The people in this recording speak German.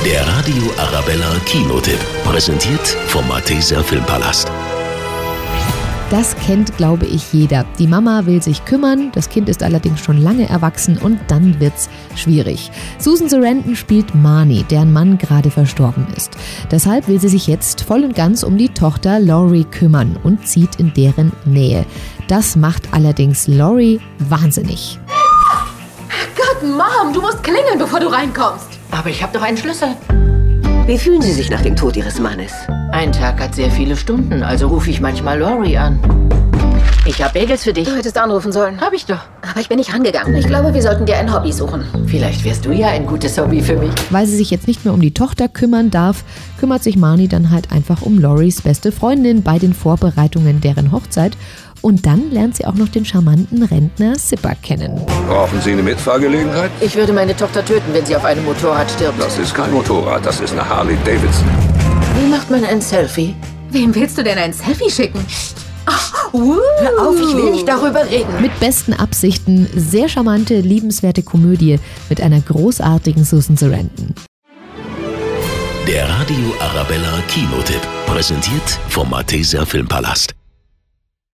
Der Radio Arabella Kinotipp, präsentiert vom Malteser Filmpalast. Das kennt, glaube ich, jeder. Die Mama will sich kümmern, das Kind ist allerdings schon lange erwachsen und dann wird's schwierig. Susan Sarandon spielt Marnie, deren Mann gerade verstorben ist. Deshalb will sie sich jetzt voll und ganz um die Tochter Laurie kümmern und zieht in deren Nähe. Das macht allerdings Laurie wahnsinnig. Gott, Mom, du musst klingeln, bevor du reinkommst. Aber ich habe doch einen Schlüssel. Wie fühlen Sie sich nach dem Tod Ihres Mannes? Ein Tag hat sehr viele Stunden, also rufe ich manchmal Laurie an. Ich habe Bagels für dich. Du hättest anrufen sollen. Hab ich doch. Aber ich bin nicht rangegangen. Ich glaube, wir sollten dir ein Hobby suchen. Vielleicht wärst du ja ein gutes Hobby für mich. Weil sie sich jetzt nicht mehr um die Tochter kümmern darf, kümmert sich Marnie dann halt einfach um Lauries beste Freundin bei den Vorbereitungen deren Hochzeit. Und dann lernt sie auch noch den charmanten Rentner Zipper kennen. Brauchen Sie eine Mitfahrgelegenheit? Ich würde meine Tochter töten, wenn sie auf einem Motorrad stirbt. Das ist kein Motorrad, das ist eine Harley Davidson. Wie macht man ein Selfie? Wem willst du denn ein Selfie schicken? Hör auf, ich will nicht darüber reden. Mit besten Absichten, sehr charmante, liebenswerte Komödie mit einer großartigen Susan Sarandon. Der Radio Arabella Kinotipp, präsentiert vom Malteser Filmpalast.